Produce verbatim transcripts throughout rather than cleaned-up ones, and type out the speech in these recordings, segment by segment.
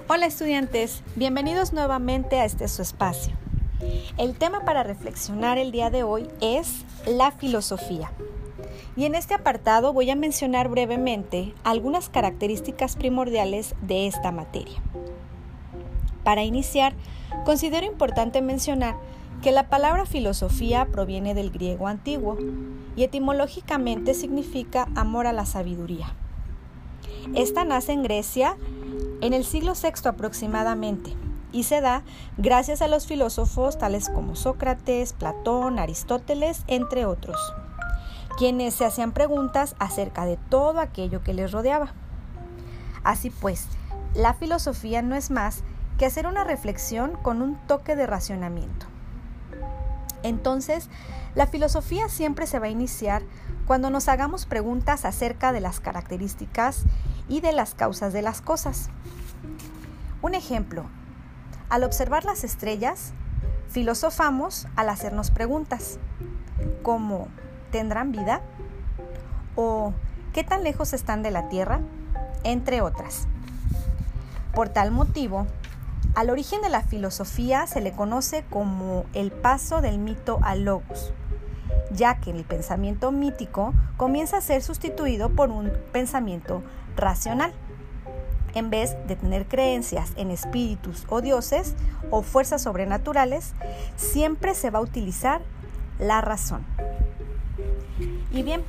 Hola estudiantes, bienvenidos nuevamente a este su espacio. El tema para reflexionar el día de hoy es la filosofía. Y en este apartado voy a mencionar brevemente algunas características primordiales de esta materia. Para iniciar, considero importante mencionar que la palabra filosofía proviene del griego antiguo y etimológicamente significa amor a la sabiduría. Esta nace en Grecia en el siglo sexto aproximadamente y se da gracias a los filósofos tales como Sócrates, Platón, Aristóteles, entre otros, quienes se hacían preguntas acerca de todo aquello que les rodeaba. Así pues, la filosofía no es más que hacer una reflexión con un toque de racionamiento. Entonces, la filosofía siempre se va a iniciar cuando nos hagamos preguntas acerca de las características y de las causas de las cosas. Un ejemplo, al observar las estrellas, filosofamos al hacernos preguntas, como ¿tendrán vida? ¿O qué tan lejos están de la Tierra? Entre otras. Por tal motivo, al origen de la filosofía se le conoce como el paso del mito al logos, ya que el pensamiento mítico comienza a ser sustituido por un pensamiento racional. En vez de tener creencias en espíritus o dioses o fuerzas sobrenaturales, siempre se va a utilizar la razón. Y bien,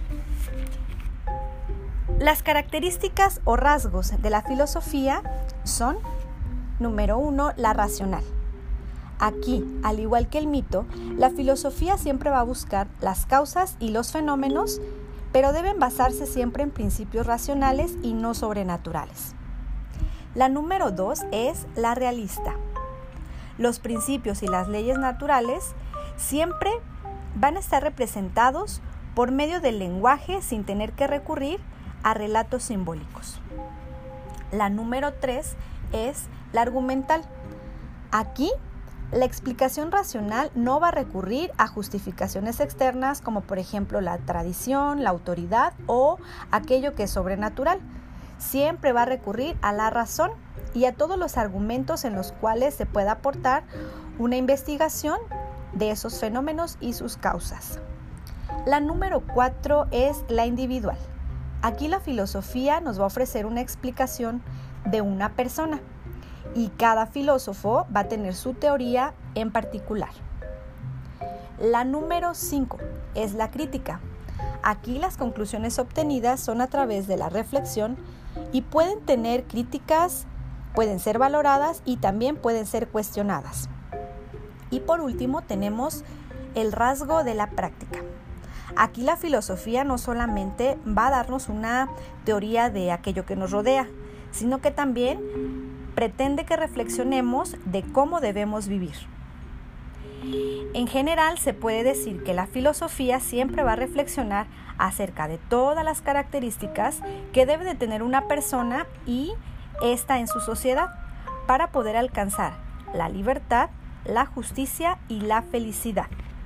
las características o rasgos de la filosofía son, número uno, la racional. Aquí, al igual que el mito, la filosofía siempre va a buscar las causas y los fenómenos, pero deben basarse siempre en principios racionales y no sobrenaturales. La número dos es la realista. Los principios y las leyes naturales siempre van a estar representados por medio del lenguaje sin tener que recurrir a relatos simbólicos. La número tres es la argumental. Aquí, la explicación racional no va a recurrir a justificaciones externas como por ejemplo la tradición, la autoridad o aquello que es sobrenatural. Siempre va a recurrir a la razón y a todos los argumentos en los cuales se pueda aportar una investigación de esos fenómenos y sus causas. La número cuatro es la individual. Aquí la filosofía nos va a ofrecer una explicación de una persona y cada filósofo va a tener su teoría en particular. La número cinco es la crítica. Aquí las conclusiones obtenidas son a través de la reflexión y pueden tener críticas, pueden ser valoradas y también pueden ser cuestionadas. Y por último tenemos el rasgo de la práctica. Aquí la filosofía no solamente va a darnos una teoría de aquello que nos rodea, sino que también pretende que reflexionemos de cómo debemos vivir. En general, se puede decir que la filosofía siempre va a reflexionar acerca de todas las características que debe de tener una persona y esta en su sociedad para poder alcanzar la libertad, la justicia y la felicidad.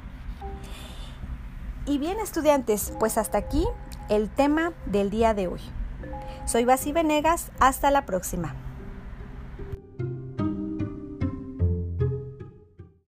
Y bien, estudiantes, pues hasta aquí el tema del día de hoy. Soy Basi Venegas, hasta la próxima.